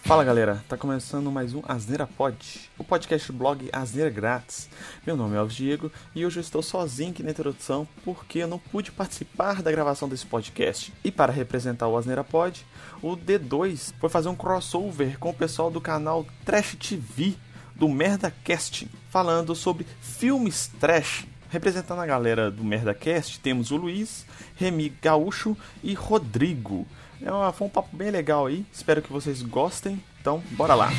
Fala galera, tá começando mais um Asneira Pod, o podcast do blog Asneira Grátis. Meu nome é Alves Diego e hoje eu estou sozinho aqui na introdução porque eu não pude participar da gravação desse podcast. E para representar o Asneira Pod, o D2 foi fazer um crossover com o pessoal do canal Trash TV, do MerdaCast, falando sobre filmes trash. Representando a galera do MerdaCast, temos o Luiz, Remy Gaúcho e Rodrigo. Foi um papo bem legal aí, espero que vocês gostem, então bora lá!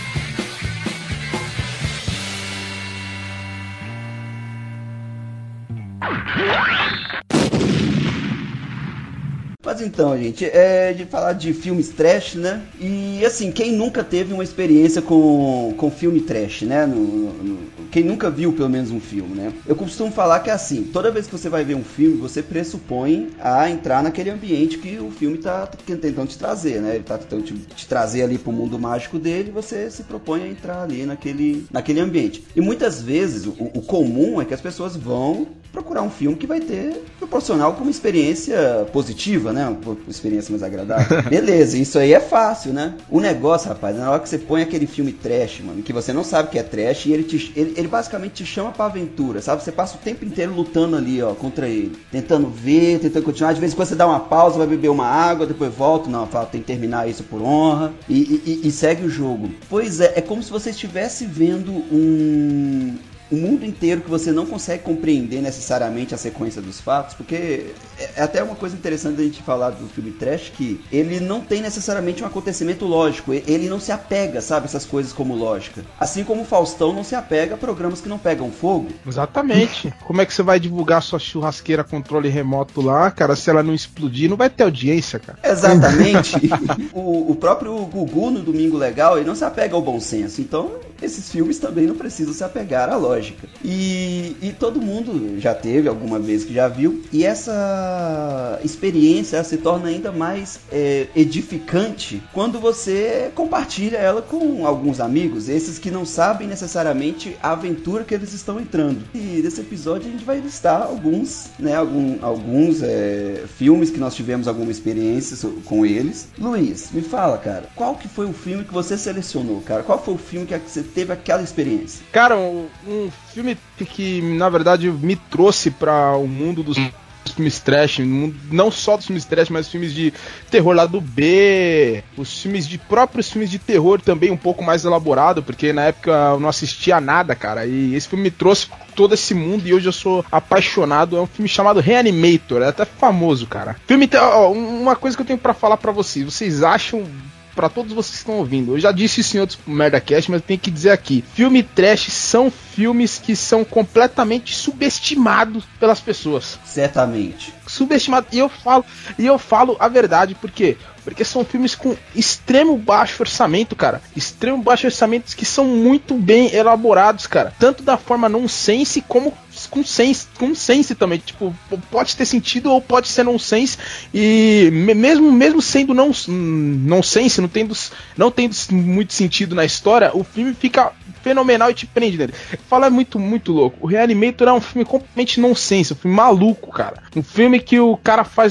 Mas então, gente, de falar de filmes trash, né? E assim, quem nunca teve uma experiência com filme trash, né? Quem nunca viu pelo menos um filme, né? Eu costumo falar que é assim, toda vez que você vai ver um filme, você pressupõe a entrar naquele ambiente que o filme tá tentando te trazer, né? Ele tá tentando te trazer ali pro mundo mágico dele e você se propõe a entrar ali naquele ambiente. E muitas vezes, o comum é que as pessoas vão procurar um filme que vai proporcionar alguma experiência positiva, né? Uma experiência mais agradável. Beleza, isso aí é fácil, né? O negócio, rapaz, na hora que você põe aquele filme trash, mano, que você não sabe que é trash, e ele basicamente te chama pra aventura, sabe? Você passa o tempo inteiro lutando ali, ó, contra ele. Tentando ver, tentando continuar. De vez em quando você dá uma pausa, vai beber uma água, depois volta. Não, fala, tem que terminar isso por honra. E segue o jogo. Pois é como se você estivesse vendo um mundo inteiro que você não consegue compreender necessariamente a sequência dos fatos, porque é até uma coisa interessante da gente falar do filme trash, que ele não tem necessariamente um acontecimento lógico, ele não se apega, sabe, essas coisas como lógica. Assim como o Faustão não se apega a programas que não pegam fogo. Exatamente. Como é que você vai divulgar sua churrasqueira controle remoto lá, cara, se ela não explodir, não vai ter audiência, cara. Exatamente. o próprio Gugu no Domingo Legal, ele não se apega ao bom senso, então esses filmes também não precisam se apegar à lógica. E todo mundo já teve alguma vez que já viu, e essa experiência se torna ainda mais edificante quando você compartilha ela com alguns amigos, esses que não sabem necessariamente a aventura que eles estão entrando. E nesse episódio a gente vai listar alguns, né, alguns filmes que nós tivemos alguma experiência com eles. Luiz, me fala, cara, qual que foi o filme que você selecionou, cara? Qual foi o filme que você teve aquela experiência? Cara, um filme que, na verdade, me trouxe para o mundo dos filmes trash, não só dos filmes trash, mas filmes de terror lá do B, próprios filmes de terror também um pouco mais elaborado, porque na época eu não assistia nada, cara, e esse filme me trouxe todo esse mundo e hoje eu sou apaixonado. É um filme chamado Reanimator, é até famoso, cara. Filme, uma coisa que eu tenho para falar para vocês acham, pra todos vocês que estão ouvindo, eu já disse isso em outros MerdaCast, mas eu tenho que dizer aqui, filme trash são filmes que são completamente subestimados pelas pessoas. Certamente. Subestimado. E eu falo a verdade, por quê? Porque são filmes com extremo baixo orçamento, cara. Extremo baixo orçamento que são muito bem elaborados, cara. Tanto da forma nonsense como com sense também. Tipo, pode ter sentido ou pode ser nonsense. E mesmo sendo nonsense, não tendo muito sentido na história, o filme fica fenomenal e te prende nele. Fala muito, muito louco. O Reanimator é um filme completamente nonsense, um filme maluco, cara. Um filme que o cara faz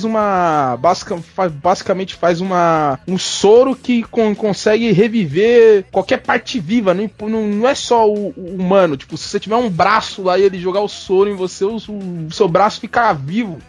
basicamente faz um soro que consegue reviver qualquer parte viva. Não é só o humano. Tipo, se você tiver um braço lá e ele jogar o soro em você, o seu braço fica vivo.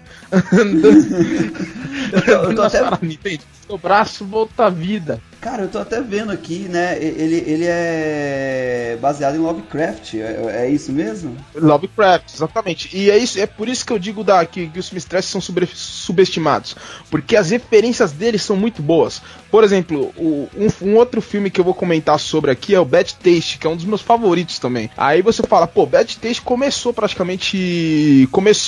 eu tô até... Seu braço volta à vida. Cara, eu tô até vendo aqui, né? Ele é baseado em Lovecraft, é isso mesmo? Lovecraft, exatamente. E é por isso que eu digo que os filmes trash são subestimados. Porque as referências deles são muito boas. Por exemplo, um outro filme que eu vou comentar sobre aqui é o Bad Taste, que é um dos meus favoritos também. Aí você fala, pô, Bad Taste começou praticamente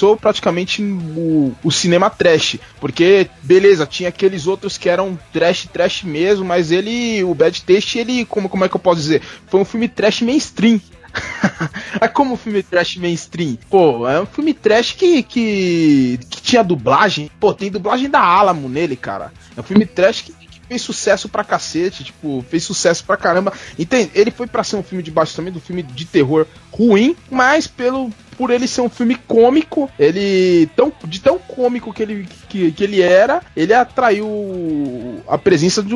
o cinema trash. Porque, beleza, tinha aqueles outros que eram trash mesmo, mas o Bad Taste, como é que eu posso dizer? Foi um filme trash mainstream. É como um filme trash mainstream. Pô, é um filme trash que tinha dublagem. Pô, tem dublagem da Alamo nele, cara. É um filme trash que fez sucesso pra cacete, tipo, fez sucesso pra caramba. Entende? Ele foi pra ser um filme de baixo também, um filme de terror ruim, mas por ele ser um filme cômico, de tão cômico que ele era, ele atraiu a presença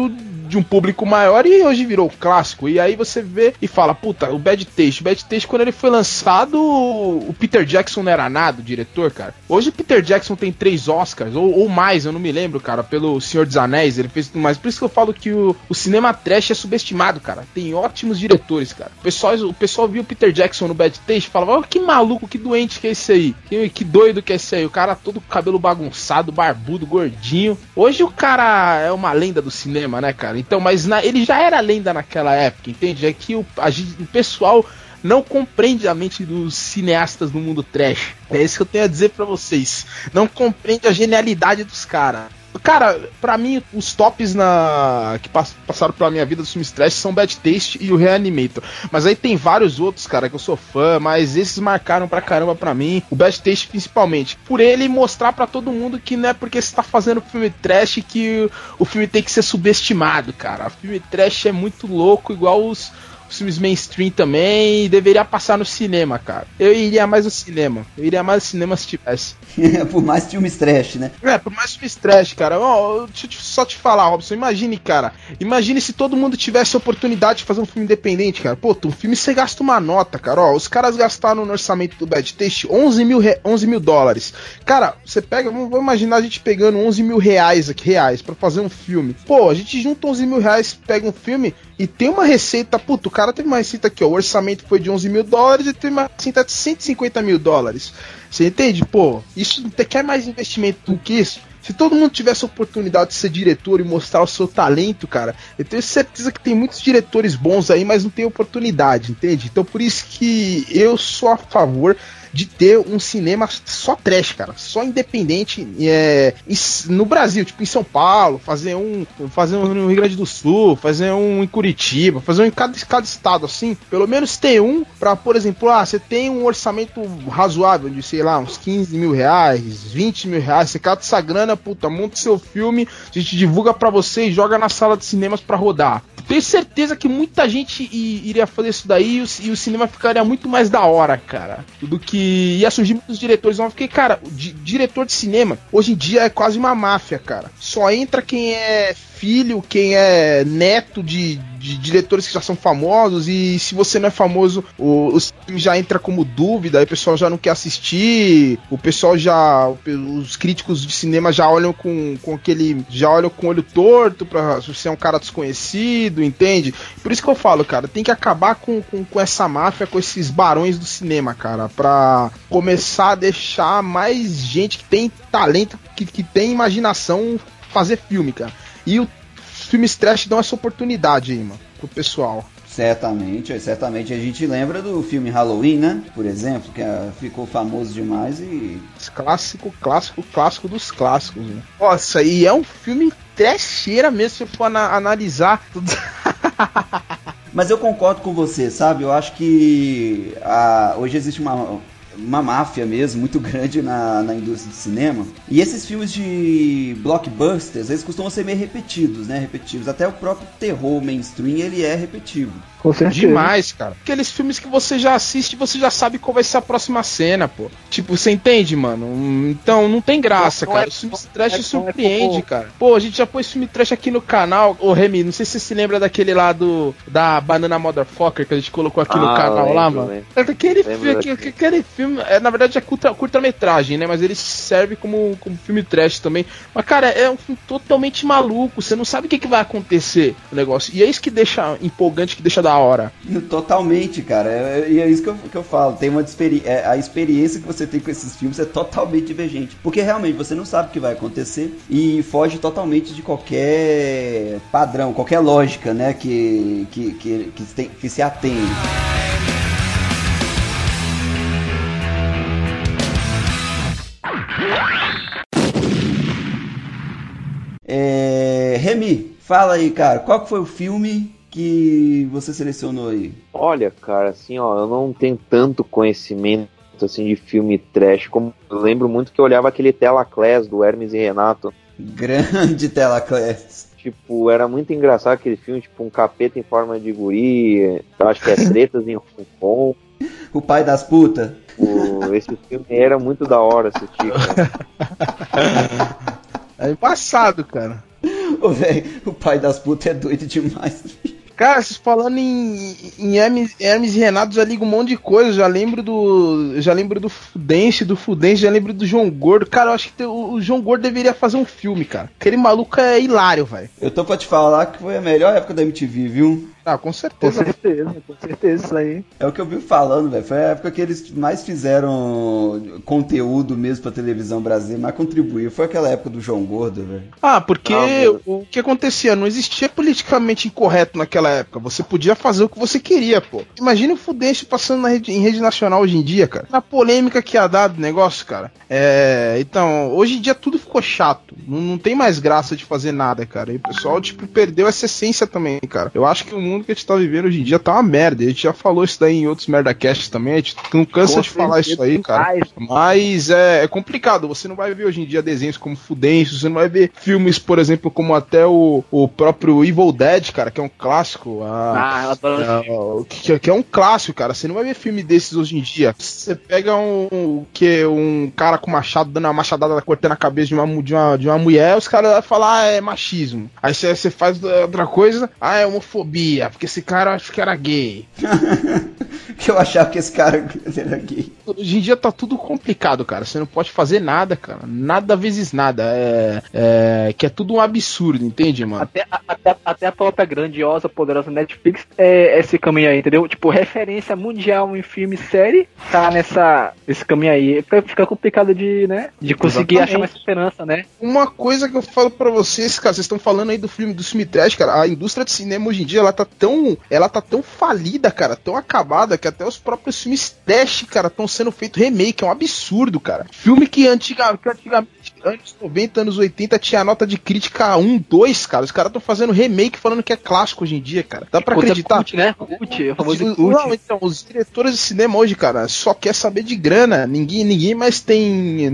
de um público maior e hoje virou clássico. E aí você vê e fala, puta, o Bad Taste. O Bad Taste, quando ele foi lançado, o Peter Jackson não era nada, o diretor, cara. Hoje o Peter Jackson tem 3 Oscars, ou mais, eu não me lembro, cara, pelo Senhor dos Anéis, ele fez tudo mais. Por isso que eu falo que o cinema trash é subestimado, cara. Tem ótimos diretores, cara. O pessoal viu o Peter Jackson no Bad Taste e falava, que maluco, que doente que é esse aí. Que doido que é esse aí. O cara todo com cabelo bagunçado, barbudo, gordinho. Hoje o cara é uma lenda do cinema, né, cara? Então, mas ele já era lenda naquela época, entende? É que o pessoal não compreende a mente dos cineastas do mundo trash. É isso que eu tenho a dizer pra vocês. Não compreende a genialidade dos caras. Cara, pra mim, os tops que passaram pela minha vida dos filmes trash são Bad Taste e o Reanimator. Mas aí tem vários outros, cara, que eu sou fã, mas esses marcaram pra caramba pra mim. O Bad Taste, principalmente. Por ele mostrar pra todo mundo que não é porque você tá fazendo filme trash que o filme tem que ser subestimado, cara. O filme trash é muito louco, igual os filmes mainstream também, e deveria passar no cinema, cara. Eu iria mais no cinema. Eu iria mais no cinema se tivesse. Por mais filmes trash, né? Por mais filmes trash, cara. Deixa eu só te falar, Robson. Imagine, cara. Imagine se todo mundo tivesse a oportunidade de fazer um filme independente, cara. Pô, um filme você gasta uma nota, cara. Os caras gastaram no orçamento do Bad Taste 11 mil dólares. Cara, você pega, vamos imaginar a gente pegando 11 mil reais pra fazer um filme. Pô, a gente junta 11 mil reais, pega um filme e tem uma receita, puto, o cara teve uma receita aqui, ó, o orçamento foi de 11 mil dólares e teve uma receita de 150 mil dólares. Você entende? Pô, isso quer mais investimento do que isso? Se todo mundo tivesse a oportunidade de ser diretor e mostrar o seu talento, cara, eu tenho certeza que tem muitos diretores bons aí, mas não tem oportunidade, entende? Então por isso que eu sou a favor de ter um cinema só trash, cara, só independente no Brasil, tipo em São Paulo, fazer um no Rio Grande do Sul, fazer um em Curitiba, fazer um em cada estado, assim, pelo menos ter um pra, por exemplo, você tem um orçamento razoável de, sei lá, uns 15 mil reais, 20 mil reais, você cata essa grana, puta, monta seu filme, a gente divulga pra você e joga na sala de cinemas pra rodar. Tenho certeza que muita gente iria fazer isso daí e o cinema ficaria muito mais da hora, cara, do que ia surgir muitos diretores novos, porque, cara, diretor de cinema, hoje em dia é quase uma máfia, cara. Só entra quem é filho, quem é neto de diretores que já são famosos, e se você não é famoso, os filmes já entra como dúvida, aí o pessoal já não quer assistir, o pessoal os críticos de cinema já olham com o olho torto pra você é um cara desconhecido, entende? Por isso que eu falo, cara, tem que acabar com essa máfia, com esses barões do cinema, cara, pra começar a deixar mais gente que tem talento, que tem imaginação fazer filme, cara. E os filmes trash dão essa oportunidade aí, mano, pro pessoal. Certamente. A gente lembra do filme Halloween, né? Por exemplo, que ficou famoso demais e... Clássico dos clássicos, né? Nossa, e é um filme trecheira mesmo, se for analisar tudo. Mas eu concordo com você, sabe? Eu acho que hoje existe uma máfia mesmo, muito grande na indústria de cinema. E esses filmes de blockbusters, eles costumam ser meio repetidos, né? Até o próprio terror mainstream, ele é repetitivo. Com certeza. Demais, cara. Aqueles filmes que você já assiste, você já sabe qual vai ser a próxima cena, pô. Tipo, você entende, mano? Então, não tem graça, cara. Os filmes trash surpreendem, cara. Pô, a gente já pôs filme trash aqui no canal. Ô, Remy, não sei se você se lembra daquele lá da Banana Motherfucker que a gente colocou aqui no canal lá, mano. Aquele filme, na verdade, é curta-metragem, né? Mas ele serve como filme trash também. Mas, cara, é um filme totalmente maluco. Você não sabe o que vai acontecer no negócio. E é isso que deixa empolgante, que deixa da hora. Totalmente, cara. E é isso que eu falo. Tem a experiência que você tem com esses filmes é totalmente divergente. Porque realmente você não sabe o que vai acontecer e foge totalmente de qualquer padrão, qualquer lógica, né? Que se atende. Remy, fala aí, cara. Qual que foi o filme que você selecionou aí? Olha, cara, assim, ó, eu não tenho tanto conhecimento assim de filme trash, como eu lembro muito que eu olhava aquele Telaclass do Hermes e Renato. Grande Telaclass. Tipo, era muito engraçado aquele filme, tipo, um capeta em forma de guri, eu acho que é Tretas em Hong Kong. O pai das putas. Esse filme era muito da hora assistir, cara. É embaçado, cara. Ô, velho, o pai das putas é doido demais. Cara, vocês falando em Hermes e Renato, já ligo um monte de coisa. Já lembro do Fudêncio, já lembro do João Gordo. Cara, eu acho que o João Gordo deveria fazer um filme, cara. Aquele maluco é hilário, velho. Eu tô pra te falar que foi a melhor época da MTV, viu? Ah, com certeza. Com certeza, isso aí. É o que eu vi falando, velho. Foi a época que eles mais fizeram conteúdo mesmo pra televisão brasileira, mais contribuiu. Foi aquela época do João Gordo, velho. Ah, porque o que acontecia? Não existia politicamente incorreto naquela época. Você podia fazer o que você queria, pô. Imagina o Fudêncio passando em rede nacional hoje em dia, cara. A polêmica que ia dar do negócio, cara. Então, hoje em dia tudo ficou chato. Não tem mais graça de fazer nada, cara. E o pessoal, tipo, perdeu essa essência também, cara. Eu acho que o mundo que a gente tá vivendo hoje em dia tá uma merda. A gente já falou isso daí em outros merdacasts também. A gente não cansa de falar isso aí, cara. Mas é complicado. Você não vai ver hoje em dia desenhos como Fudêncio. Você não vai ver filmes, por exemplo, como até o próprio Evil Dead, cara, que é um clássico. Eu adoro. Que é um clássico, cara. Você não vai ver filme desses hoje em dia. Você pega um cara com machado dando uma machadada cortando a cabeça de uma mulher, os caras vão falar, é machismo. Aí você faz outra coisa, é homofobia, porque esse cara acho que era gay. Que eu achava que esse cara era gay. Hoje em dia tá tudo complicado, cara. Você não pode fazer nada, cara. Nada vezes nada. Que é tudo um absurdo, entende, mano? Até a própria grandiosa, poderosa Netflix é esse caminho aí, entendeu? Tipo, referência mundial em filme e série tá nesse caminho aí. Fica complicado de conseguir achar mais esperança, né? Uma coisa que eu falo pra vocês, cara, vocês estão falando aí do filme trash, cara. A indústria de cinema hoje em dia, ela tá tão falida, cara, tão acabada, que até os próprios filmes trash, cara, estão sendo feitos remake. É um absurdo, cara. Filme que antigamente, anos 90, anos 80, tinha nota de crítica 1, 2, cara. Os caras estão fazendo remake falando que é clássico hoje em dia, cara. Dá pra acreditar? Cult, né? Cult, o famoso cult. Não, então, os diretores de cinema hoje, cara, só quer saber de grana. Ninguém mais tem,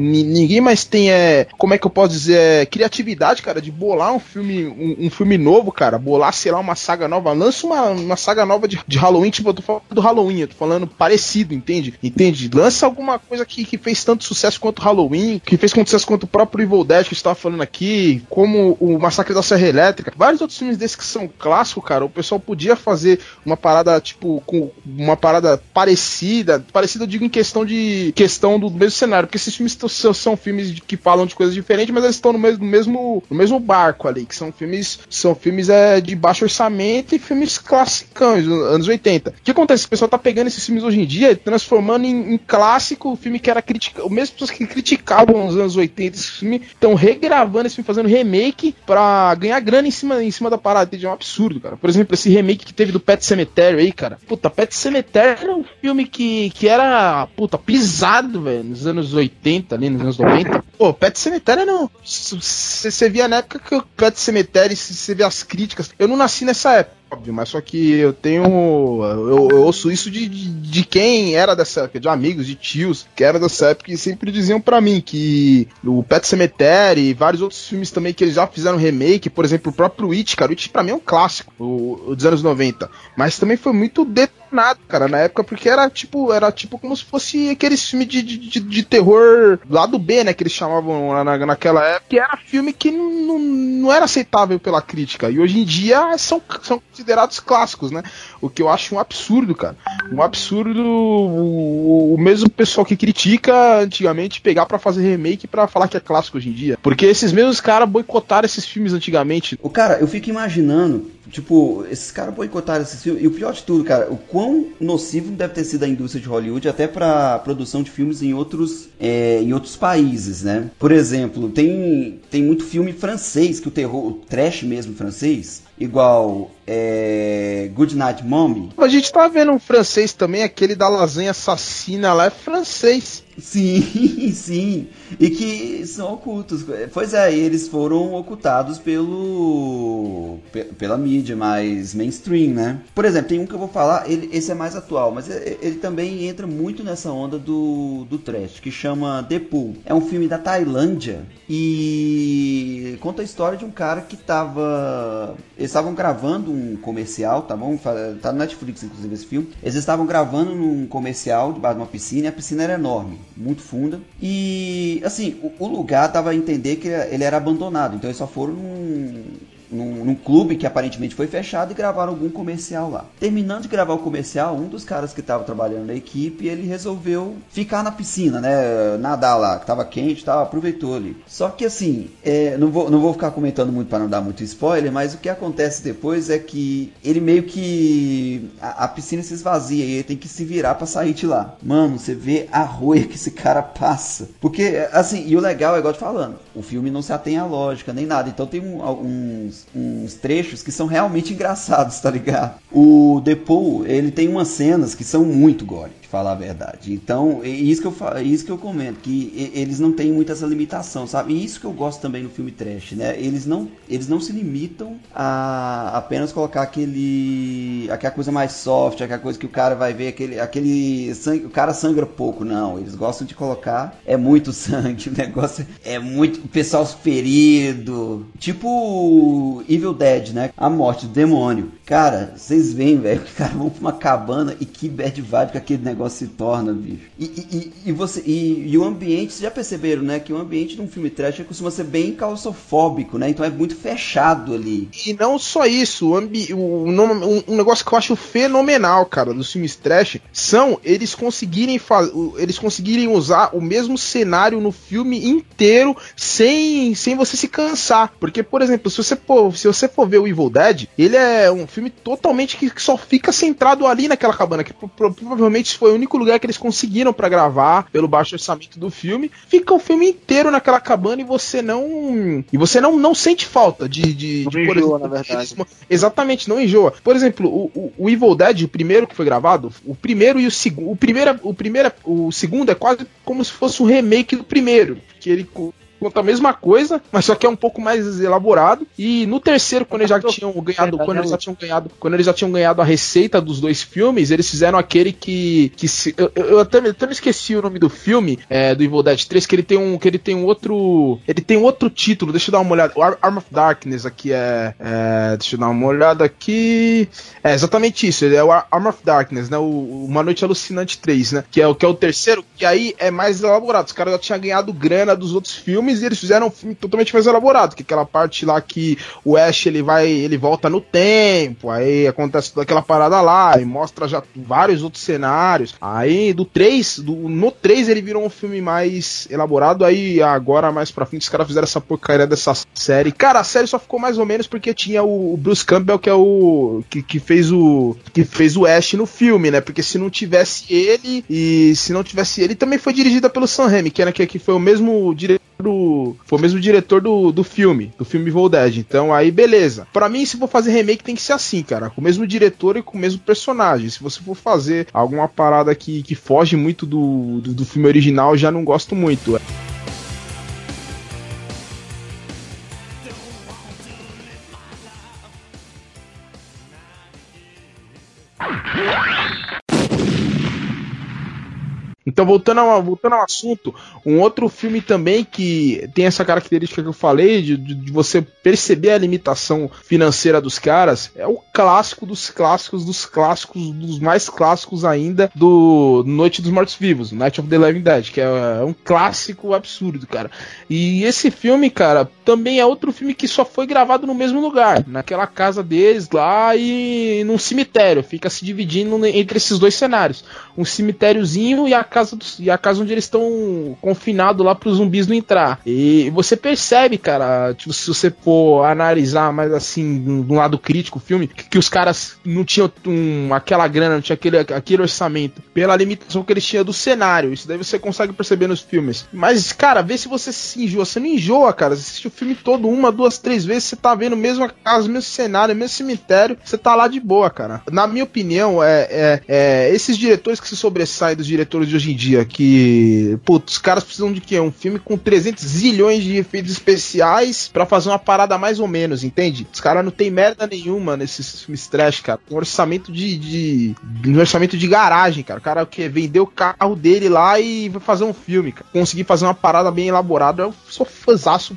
como é que eu posso dizer, criatividade, cara, de bolar um filme novo, cara. Bolar, sei lá, uma saga nova. Lança uma saga nova de Halloween, tipo, eu tô falando do Halloween, eu tô falando parecido, entende? Lança alguma coisa que fez tanto sucesso quanto Halloween, que fez tanto sucesso quanto o próprio Evil Dead que a gente tava falando aqui, como o Massacre da Serra Elétrica, vários outros filmes desses que são clássicos, cara. O pessoal podia fazer uma parada, tipo, com uma parada parecida eu digo em questão do mesmo cenário, porque esses filmes são filmes que falam de coisas diferentes, mas eles estão no mesmo barco ali, que são filmes de baixo orçamento e filmes classicões, anos 80. O que acontece? O pessoal tá pegando esses filmes hoje em dia e transformando em clássico, o filme que era criticado, mesmo pessoas que criticavam nos anos 80 esse filme, estão regravando esse filme, fazendo remake pra ganhar grana em cima da parada. É um absurdo, cara. Por exemplo, esse remake que teve do Pet Sematary aí, cara. Puta, Pet Sematary era um filme que era, pisado, velho, nos anos 80, ali, nos anos 90. Pô, Pet Sematary não. Você via na época que o Pet Sematary, você via as críticas. Eu não nasci nessa época, óbvio, mas só que eu ouço isso de quem era dessa época, de amigos, de tios, que era dessa época, e sempre diziam pra mim que o Pet Sematary e vários outros filmes também que eles já fizeram remake, por exemplo, o próprio It, cara, o It pra mim é um clássico, o dos anos 90, mas também foi muito detonado, cara, na época, porque era tipo como se fosse aqueles filmes de terror lá do B, né, que eles chamavam naquela época, que era filme que não era aceitável pela crítica, e hoje em dia são considerados clássicos, né? O que eu acho um absurdo, cara. Um absurdo o mesmo pessoal que critica antigamente pegar pra fazer remake pra falar que é clássico hoje em dia. Porque esses mesmos caras boicotaram esses filmes antigamente. O cara, eu fico imaginando, tipo, esses caras boicotaram esses filmes. E o pior de tudo, cara, o quão nocivo deve ter sido a indústria de Hollywood até pra produção de filmes em outros países, né? Por exemplo, tem muito filme francês, que o trash mesmo francês, igual Good Night Mommy. A gente tá vendo um francês também, aquele da lasanha assassina lá, é francês. Sim, sim. E que são ocultos. Pois é, eles foram ocultados pela mídia mais mainstream, né? Por exemplo, tem um que eu vou falar, esse é mais atual, mas ele também entra muito nessa onda do trash, que chama The Pool. É um filme da Tailândia e conta a história de um cara que eles estavam gravando um comercial, tá bom? Tá no Netflix, inclusive, esse filme. Eles estavam gravando um comercial debaixo de uma piscina, e a piscina era enorme, muito funda. E, assim, o lugar dava a entender que ele era abandonado, então eles só foram num clube que aparentemente foi fechado e gravaram algum comercial lá. Terminando de gravar o comercial, um dos caras que estava trabalhando na equipe, ele resolveu ficar na piscina, né? Nadar lá, que tava quente e tal, aproveitou ali. Só que assim, não vou ficar comentando muito para não dar muito spoiler, mas o que acontece depois é que ele meio que a piscina se esvazia e ele tem que se virar para sair de lá. Mano, você vê a roia que esse cara passa. Porque, assim, e o legal é igual eu te falando, o filme não se atém à lógica nem nada, então tem uns trechos que são realmente engraçados, tá ligado? O Deadpool, ele tem umas cenas que são muito gore, de falar a verdade. Então, isso que eu comento, que eles não têm muita essa limitação, sabe? E isso que eu gosto também no filme trash, né? Eles não se limitam a apenas colocar aquela coisa mais soft, aquela coisa que o cara vai ver, aquele sangue, o cara sangra pouco, não. Eles gostam de colocar, muito sangue, o negócio é muito, o pessoal ferido, tipo Evil Dead, né? A morte do demônio. Cara, vocês veem, velho, que cara vão pra uma cabana e que bad vibe que aquele negócio se torna, bicho. E o ambiente, vocês já perceberam, né? Que o ambiente de um filme trash costuma ser bem claustrofóbico, né? Então é muito fechado ali. E não só isso, um negócio que eu acho fenomenal, cara, dos filmes trash, são eles conseguirem usar o mesmo cenário no filme inteiro sem você se cansar. Porque, por exemplo, se você for ver o Evil Dead, ele é um filme totalmente que só fica centrado ali naquela cabana, que provavelmente foi o único lugar que eles conseguiram pra gravar, pelo baixo orçamento do filme. Fica o filme inteiro naquela cabana e você não sente falta de por enjoa, exemplo, na verdade. Exatamente, não enjoa. Por exemplo, o Evil Dead, o primeiro que foi gravado, o primeiro e o segundo, o segundo é quase como se fosse um remake do primeiro, que ele conta a mesma coisa, mas só que é um pouco mais elaborado. E no terceiro, quando eles já tinham ganhado a receita dos dois filmes, eles fizeram aquele eu até não esqueci o nome do filme, do Evil Dead 3, que ele tem um outro título. Deixa eu dar uma olhada. O Arm of Darkness aqui deixa eu dar uma olhada aqui. É exatamente isso, ele é o Arm of Darkness, né? Uma Noite Alucinante 3, né? Que é o terceiro, que aí é mais elaborado. Os caras já tinham ganhado grana dos outros filmes e eles fizeram um filme totalmente mais elaborado, que é aquela parte lá que o Ash ele volta no tempo, aí acontece toda aquela parada lá, e mostra já vários outros cenários. Aí no 3 ele virou um filme mais elaborado, aí agora mais pra frente os caras fizeram essa porcaria dessa série. Cara, a série só ficou mais ou menos porque tinha o Bruce Campbell, que é o que fez o Ash no filme, né? Porque se não tivesse ele também foi dirigida pelo Sam Raimi, que foi o mesmo diretor do filme Evil Dead. Então aí beleza. Pra mim, se for fazer remake tem que ser assim, cara, com o mesmo diretor e com o mesmo personagem. Se você for fazer alguma parada que foge muito do filme original, eu já não gosto muito. Então, voltando ao assunto, um outro filme também que tem essa característica que eu falei, de você perceber a limitação financeira dos caras, é o clássico dos clássicos, dos mais clássicos ainda, do Noite dos Mortos-Vivos, Night of the Living Dead, que é um clássico absurdo, cara. E esse filme, cara, também é outro filme que só foi gravado no mesmo lugar, naquela casa deles lá e num cemitério, fica se dividindo entre esses dois cenários, um cemitériozinho e a casa onde eles estão confinados lá para os zumbis não entrar. E você percebe, cara, tipo, se você for analisar mais assim, de um lado crítico o filme, que os caras não tinham aquela grana, não tinha aquele orçamento, pela limitação que eles tinham do cenário. Isso daí você consegue perceber nos filmes. Mas, cara, vê se você se enjoa. Você não enjoa, cara. Você assiste o filme todo 1, 2, 3 vezes, você tá vendo a mesma casa, mesmo cenário, mesmo cemitério, você tá lá de boa, cara. Na minha opinião, esses diretores que se sobressaem dos diretores de hoje em dia, que, putz, os caras precisam de quê? Um filme com 300 zilhões de efeitos especiais pra fazer uma parada mais ou menos, entende? Os caras não tem merda nenhuma nesses filmes trash, cara. Um orçamento de garagem, cara. O cara que vendeu o carro dele lá e vai fazer um filme, cara. Conseguir fazer uma parada bem elaborada. Eu sou fãzaço por esse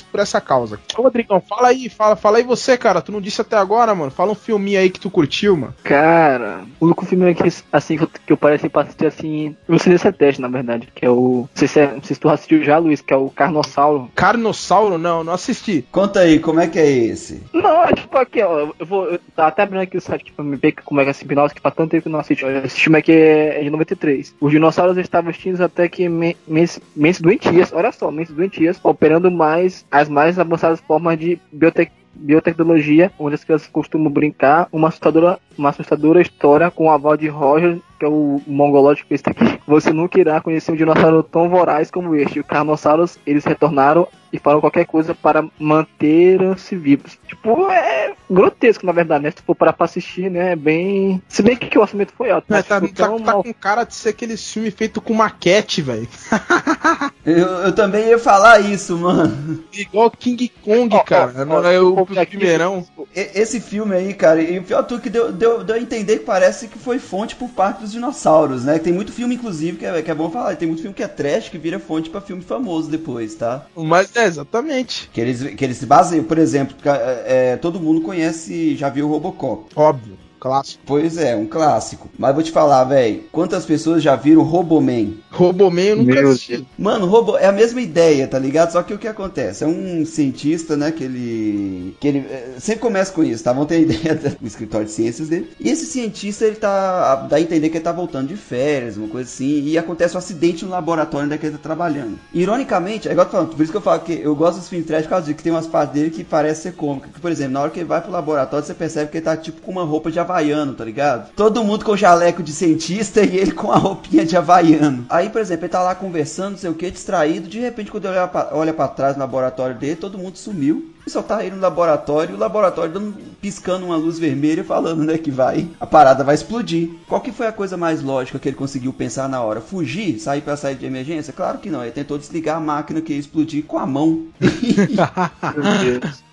por essa causa. Ô, Rodrigão, fala aí você, cara. Tu não disse até agora, mano. Fala um filminho aí que tu curtiu, mano. Cara, o único filme que, assim, que eu pareci pra assistir, assim, eu não sei se é teste, na verdade, que é o... Não sei se tu assistiu já, Luiz, que é o Carnossauro. Carnossauro? Não assisti. Conta aí, como é que é esse? Não, é tipo aqui, ó, eu tava até abrindo aqui o site aqui pra me ver como é que é esse Spin-off, que faz tanto tempo que eu não assisti. Esse filme aqui é de 93. Os dinossauros estavam extintos até que mentes doentias, olha só, mentes doentias, operando as mais avançadas formas de biotecnologia, onde as crianças costumam brincar, uma assustadora história com o aval de Roger, que é o mongológico este aqui. Você nunca irá conhecer um dinossauro tão voraz como este. Os carnossauros, eles retornaram e falam qualquer coisa para manter-se vivos. Tipo, é grotesco, na verdade, né? Se for parar pra assistir, né? É bem... Se bem que o orçamento foi alto. Mas tá com cara de ser aquele filme feito com maquete, velho. Eu também ia falar isso, mano. Igual King Kong, cara. Não é o primeirão. Esse filme aí, cara, e o pior tudo que deu a entender que parece que foi fonte por parte dos dinossauros, né? Tem muito filme, inclusive, que é bom falar. Tem muito filme que é trash, que vira fonte pra filme famoso depois, tá? Mas exatamente. Que eles se baseiam, por exemplo, todo mundo conhece, já viu o Robocop. Óbvio. Clássico. Pois é, um clássico. Mas vou te falar, velho, quantas pessoas já viram Roboman? Roboman eu nunca assisti. Mano, é a mesma ideia, tá ligado? Só que o que acontece? É um cientista, né, que ele sempre começa com isso, tá? Vão ter a ideia do escritório de ciências dele. E esse cientista, ele dá a entender que ele tá voltando de férias, uma coisa assim, e acontece um acidente no laboratório onde é que ele tá trabalhando. Ironicamente, é igual eu tô falando, por isso que eu falo que eu gosto dos filmes trash, por causa disso, que tem umas partes dele que parece ser cômica. Que, por exemplo, na hora que ele vai pro laboratório, você percebe que ele tá tipo com uma roupa de havaiano, tá ligado? Todo mundo com jaleco de cientista e ele com a roupinha de havaiano. Aí, por exemplo, ele tá lá conversando, não sei o que, distraído. De repente, quando ele olha pra trás no laboratório dele, todo mundo sumiu. E só tá aí no laboratório, e o laboratório piscando uma luz vermelha, falando, né, que a parada vai explodir. Qual que foi a coisa mais lógica que ele conseguiu pensar na hora? Fugir? Sair pra sair de emergência? Claro que não, ele tentou desligar a máquina que ia explodir com a mão. Meu Deus.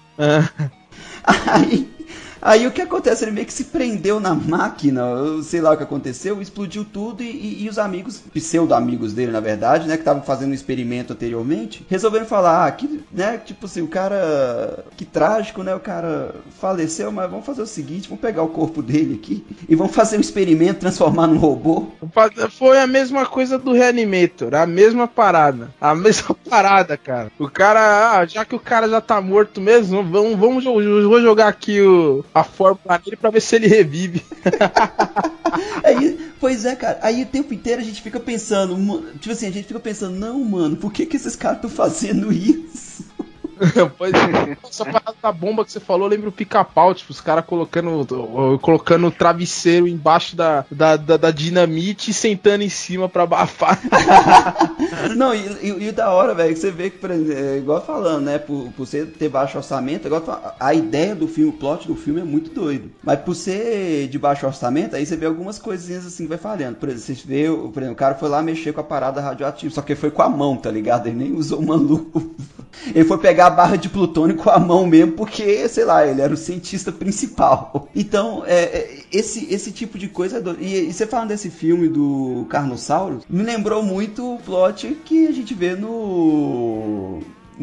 Aí o que acontece? Ele meio que se prendeu na máquina, eu sei lá o que aconteceu, explodiu tudo e os amigos, pseudo-amigos dele, na verdade, né, que estavam fazendo um experimento anteriormente, resolveram falar, que, né, tipo assim, o cara, que trágico, né, o cara faleceu, mas vamos fazer o seguinte, vamos pegar o corpo dele aqui e vamos fazer um experimento, transformar num robô. Foi a mesma coisa do Reanimator, a mesma parada, cara. O cara, já que o cara já tá morto mesmo, vou jogar aqui a fórmula nele pra ver se ele revive. Pois é, cara. Aí o tempo inteiro a gente fica pensando, tipo assim, não, mano, por que esses caras estão fazendo isso? Pois é. Essa parada da bomba que você falou, lembra o Pica-Pau, tipo, os caras colocando travesseiro embaixo da dinamite e sentando em cima pra abafar. Não, e da hora, velho, que você vê que, por exemplo, igual falando, né, por você ter baixo orçamento, a ideia do filme, o plot do filme é muito doido. Mas por ser de baixo orçamento, aí você vê algumas coisinhas assim que vai falhando. Por exemplo, você vê, por exemplo, o cara foi lá mexer com a parada radioativa, só que ele foi com a mão, tá ligado? Ele nem usou uma luva. Ele foi pegar a barra de plutônio com a mão mesmo, porque, sei lá, ele era o cientista principal. Então, esse tipo de coisa... E você falando desse filme do Carnosaurus, me lembrou muito o plot que a gente vê no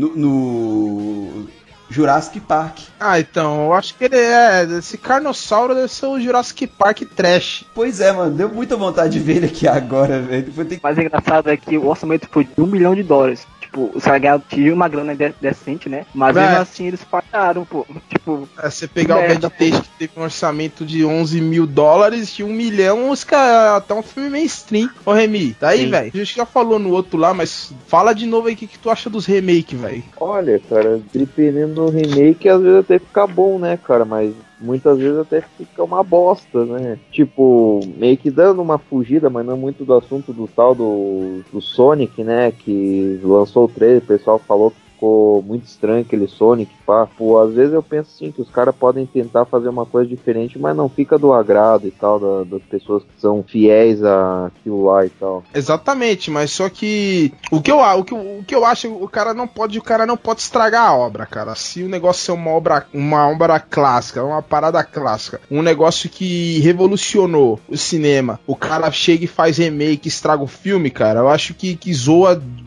Jurassic Park. Então, eu acho que esse Carnossauro deve ser o Jurassic Park trash. Pois é, mano, deu muita vontade de ver ele aqui agora, velho. O mais engraçado é que o orçamento foi de $1 milhão. Tipo, os caras tinham uma grana decente, né? Mas mesmo assim eles falharam, pô. Tipo, você pegar o Bad Taste, que teve um orçamento de $11 mil, de $1 milhão, os caras, até um filme mainstream. Ô, Remy, tá aí, velho? A gente já falou no outro lá, mas fala de novo aí o que tu acha dos remake, velho. Olha, cara, dependendo do remake, às vezes até fica bom, né, cara? Mas muitas vezes até fica uma bosta, né? Tipo, meio que dando uma fugida, mas não muito do assunto do tal do Sonic, né? Que lançou o trailer, o pessoal falou que ficou muito estranho aquele Sonic, pá. Pô, às vezes eu penso assim, que os caras podem tentar fazer uma coisa diferente, mas não fica do agrado e tal, das pessoas que são fiéis àquilo lá e tal. Exatamente, mas só que o que eu acho, o cara não pode estragar a obra, cara. Se o negócio é uma obra clássica, uma parada clássica, um negócio que revolucionou o cinema, o cara chega e faz remake, estraga o filme, cara, eu acho que zoa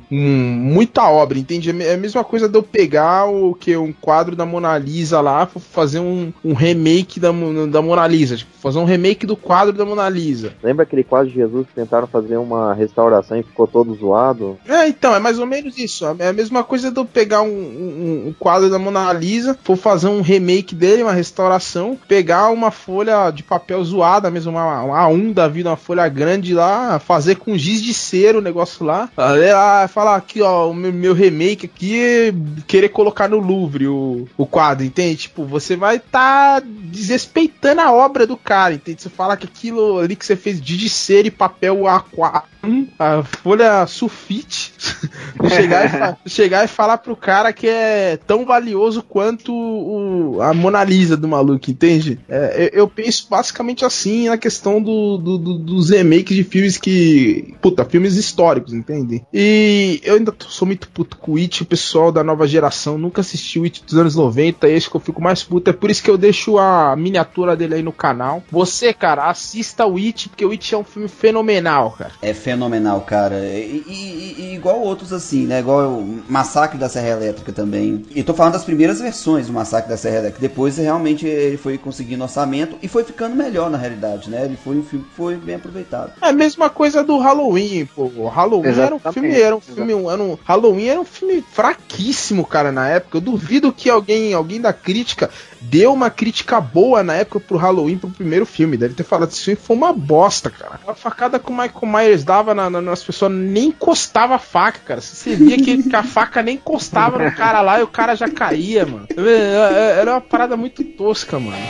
muita obra, entende? É a mesma coisa de eu pegar um quadro da Mona Lisa lá, fazer um remake da Mona Lisa, tipo, fazer um remake do quadro da Mona Lisa. Lembra aquele quadro de Jesus que tentaram fazer uma restauração e ficou todo zoado? Então, é mais ou menos isso. É a mesma coisa de eu pegar um quadro da Mona Lisa, for fazer um remake dele, uma restauração, pegar uma folha de papel zoada mesmo, uma A1 da vida, uma folha grande lá, fazer com giz de cera o negócio lá, falar aqui, ó, o meu remake aqui, querer colocar no Louvre o quadro, entende? Tipo, você vai estar desrespeitando a obra do cara, entende? Você fala que aquilo ali que você fez de cera e papel A4, a folha sulfite, chegar e falar pro cara que é tão valioso quanto a Mona Lisa do maluco, entende? Eu penso basicamente assim na questão dos remakes de filmes filmes históricos, entende? E eu ainda sou muito puto com o It, o pessoal da nova geração nunca assistiu o It dos anos 90, esse que eu fico mais puto, é por isso que eu deixo a miniatura dele aí no canal. Você, cara, assista o It, porque o It é um filme fenomenal, cara. É fenomenal, cara. E igual outros assim, né? Igual o Massacre da Serra Elétrica também. E tô falando das primeiras versões do Massacre da Serra Elétrica. Depois realmente ele foi conseguindo orçamento e foi ficando melhor na realidade, né? Ele foi um filme que foi bem aproveitado. É a mesma coisa do Halloween, pô. O Halloween Halloween era um filme fraquíssimo, cara, na época. Eu duvido que alguém da crítica deu uma crítica boa na época pro Halloween, pro primeiro filme. Deve ter falado que esse filme foi uma bosta, cara. A facada que o Michael Myers dava nas pessoas nem encostava a faca, cara. Você via que a faca nem encostava no cara lá e o cara já caía, mano. Era uma parada muito tosca, mano.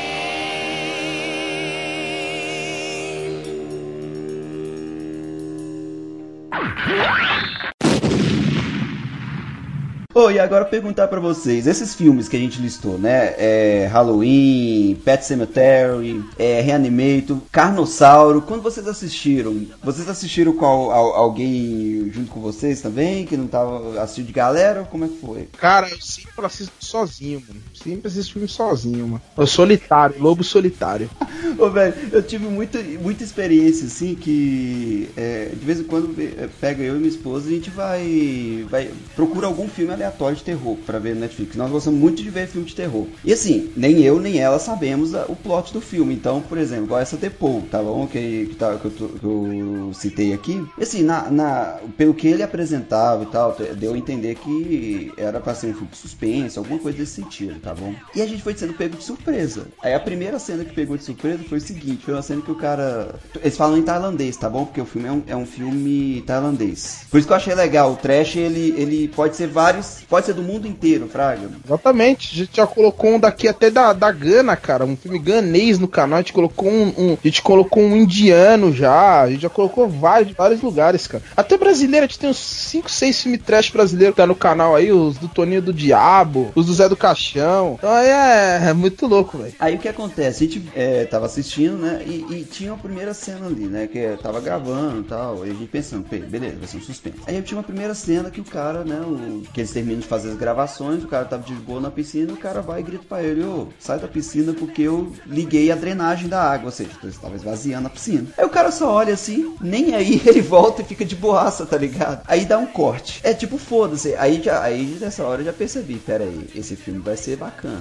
E agora perguntar pra vocês, esses filmes que a gente listou, né, Halloween, Pet Sematary, Reanimator, Carnossauro, quando vocês assistiram com alguém junto com vocês também, que não tava assistindo de galera, como é que foi? Cara, eu sempre assisto sozinho, mano, sempre assisto filme sozinho, mano, eu solitário, lobo solitário. Velho, eu tive muita experiência, assim, que de vez em quando pega eu e minha esposa, a gente vai procura algum filme aleatório de terror pra ver no Netflix. Nós gostamos muito de ver filme de terror. E assim, nem eu nem ela sabemos o plot do filme. Então, por exemplo, igual essa The Pool, tá bom? Que eu citei aqui. E assim, pelo que ele apresentava e tal, deu a entender que era pra ser um filme de suspense, alguma coisa desse sentido, tá bom? E a gente foi sendo pego de surpresa. Aí a primeira cena que pegou de surpresa foi o seguinte, foi uma cena que o cara... Eles falam em tailandês, tá bom? Porque o filme é um filme tailandês. Por isso que eu achei legal. O trash, ele pode ser pode ser do mundo inteiro, Fraga. Exatamente, a gente já colocou um daqui até da Gana, cara, um filme ganês no canal, a gente colocou um indiano já, a gente já colocou vários lugares, cara. Até brasileiro, a gente tem uns 5, 6 filmes trash brasileiros que tá no canal aí, os do Toninho do Diabo, os do Zé do Caixão, então aí é muito louco, velho. Aí o que acontece, a gente tava assistindo, né, e tinha uma primeira cena ali, né, que tava gravando e tal, e a gente pensando, beleza, vai ser um suspense. Aí a gente tinha uma primeira cena que o cara, né, que eles terminam de fazer as gravações, o cara tava de boa na piscina, o cara vai e grita pra ele, sai da piscina porque eu liguei a drenagem da água, ou seja, ele estava esvaziando a piscina. Aí o cara só olha assim, nem aí ele volta e fica de boaça, tá ligado? Aí dá um corte. É tipo, foda-se. Aí nessa hora eu já percebi, pera aí, esse filme vai ser bacana,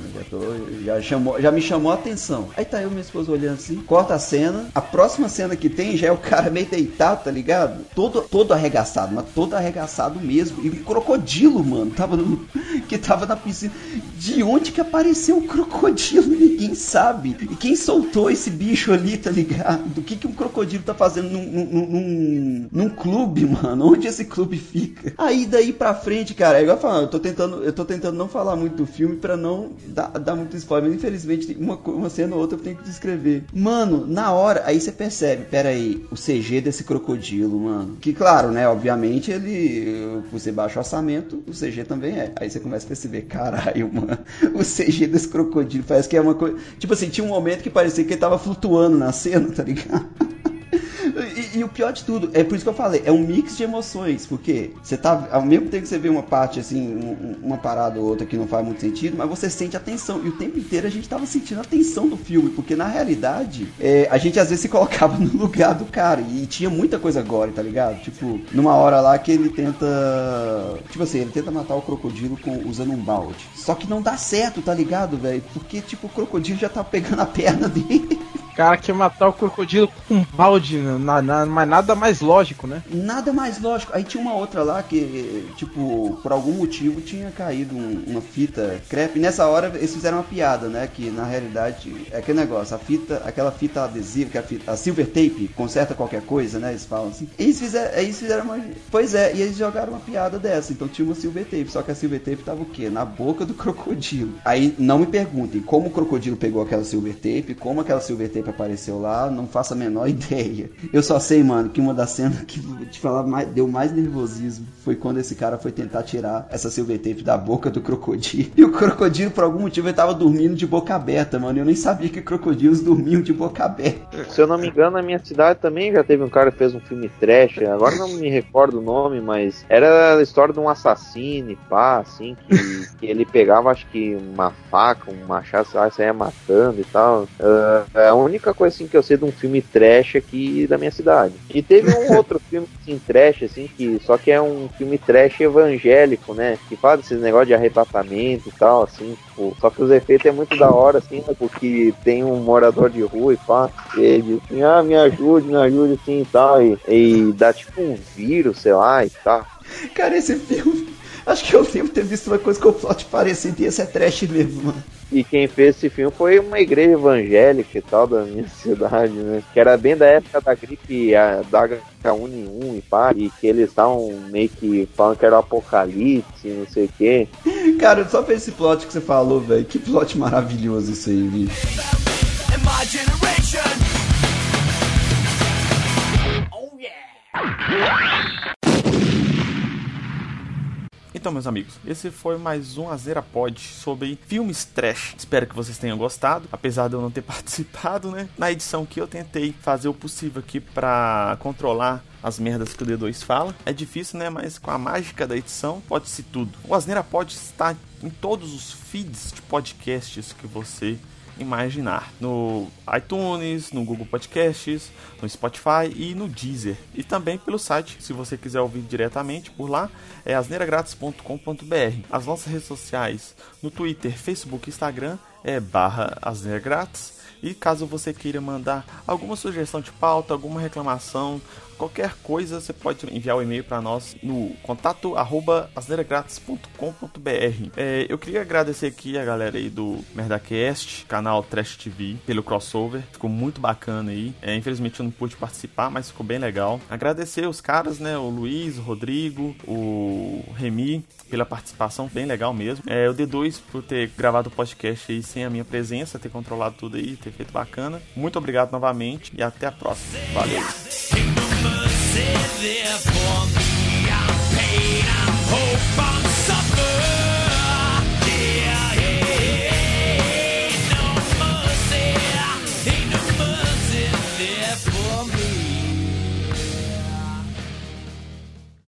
já me chamou a atenção. Aí tá eu e minha esposa olhando assim, corta a cena, a próxima cena que tem já é o cara meio deitado, tá ligado? Todo arregaçado, mas todo arregaçado mesmo, e crocodilo, mano, que tava na piscina. De onde que apareceu o crocodilo? Ninguém sabe. E quem soltou esse bicho ali, tá ligado? O que um crocodilo tá fazendo num clube, mano? Onde esse clube fica? Aí daí pra frente, cara, é igual falando, eu tô tentando não falar muito do filme pra não dar muito spoiler, mas infelizmente uma cena ou outra eu tenho que descrever. Mano, na hora, aí você percebe, pera aí, o CG desse crocodilo, mano. Que claro, né, obviamente por ser baixo orçamento, o CG também é. Aí você começa a perceber, caralho, mano, o CG desse crocodilo parece que é uma coisa... Tipo assim, tinha um momento que parecia que ele tava flutuando na cena, tá ligado? E o pior de tudo, é por isso que eu falei, é um mix de emoções, porque você tá, ao mesmo tempo que você vê uma parte assim, uma parada ou outra que não faz muito sentido, mas você sente a tensão, e o tempo inteiro a gente tava sentindo a tensão do filme, porque na realidade, a gente às vezes se colocava no lugar do cara, e tinha muita coisa gore, tá ligado? Tipo, numa hora lá que ele tenta, tipo assim, ele tenta matar o crocodilo usando um balde, só que não dá certo, tá ligado, velho? Porque, tipo, o crocodilo já tá pegando a perna dele. Cara, quer matar o crocodilo com um balde, mas nada mais lógico, né? Nada mais lógico. Aí tinha uma outra lá que, tipo, por algum motivo tinha caído uma fita crepe. Nessa hora eles fizeram uma piada, né? Que na realidade é aquele negócio, aquela fita adesiva, que a silver tape conserta qualquer coisa, né? Eles falam assim. Eles fizeram uma... Pois é, e eles jogaram uma piada dessa. Então tinha uma silver tape, só que a silver tape tava o quê? Na boca do crocodilo. Aí não me perguntem como o crocodilo pegou aquela silver tape, como aquela silver tape apareceu lá, não faço a menor ideia. Eu só sei, mano, que uma das cenas que te falar deu mais nervosismo foi quando esse cara foi tentar tirar essa silver tape da boca do crocodilo. E o crocodilo, por algum motivo, ele tava dormindo de boca aberta, mano. Eu nem sabia que crocodilos dormiam de boca aberta. Se eu não me engano, na minha cidade também já teve um cara que fez um filme trash. Agora não me recordo o nome, mas era a história de um assassino e pá, assim, que ele pegava, acho que uma faca, um machado, sei lá, saia matando e tal. A única coisa assim que eu sei de um filme trash aqui da minha cidade. E teve um outro filme assim, trash, assim, só que é um filme trash evangélico, né? Que fala desses negócios de arrebatamento e tal, assim, tipo, só que os efeitos é muito da hora, assim, né? Porque tem um morador de rua e pá, ele diz assim, me ajude, assim, e tal, e dá tipo um vírus, sei lá, e tal. Cara, esse filme, acho que eu devo ter visto uma coisa com o plot parecido, e esse é trash mesmo, mano. E quem fez esse filme foi uma igreja evangélica e tal da minha cidade, né? Que era bem da época da gripe da H1N1 e pá, e que eles estavam meio que falando que era o apocalipse, não sei o quê. Cara, só pra esse plot que você falou, velho, que plot maravilhoso isso aí, bicho. Então, meus amigos, esse foi mais um Asneira Pod sobre filmes trash. Espero que vocês tenham gostado, apesar de eu não ter participado, né? Na edição que eu tentei fazer o possível aqui pra controlar as merdas que o D2 fala. É difícil, né? Mas com a mágica da edição, pode-se tudo. O Asneira Pod está em todos os feeds de podcasts que você imaginar, no iTunes, no Google Podcasts, no Spotify e no Deezer, e também pelo site, se você quiser ouvir diretamente por lá, é asneiragratis.com.br. As nossas redes sociais no Twitter, Facebook e Instagram é /asneiragratis. E caso você queira mandar alguma sugestão de pauta, alguma reclamação, qualquer coisa, você pode enviar um e-mail para nós no contato@asneiragratis.com.br. Eu queria agradecer aqui a galera aí do MerdaCast, canal Trash TV, pelo crossover. Ficou muito bacana aí. Infelizmente eu não pude participar, mas ficou bem legal. Agradecer os caras, né? O Luiz, o Rodrigo, o Remy, pela participação, bem legal mesmo. O D2 por ter gravado o podcast aí sem a minha presença, ter controlado tudo aí, ter feito bacana. Muito obrigado novamente e até a próxima. Valeu! Ain't no mercy there for me.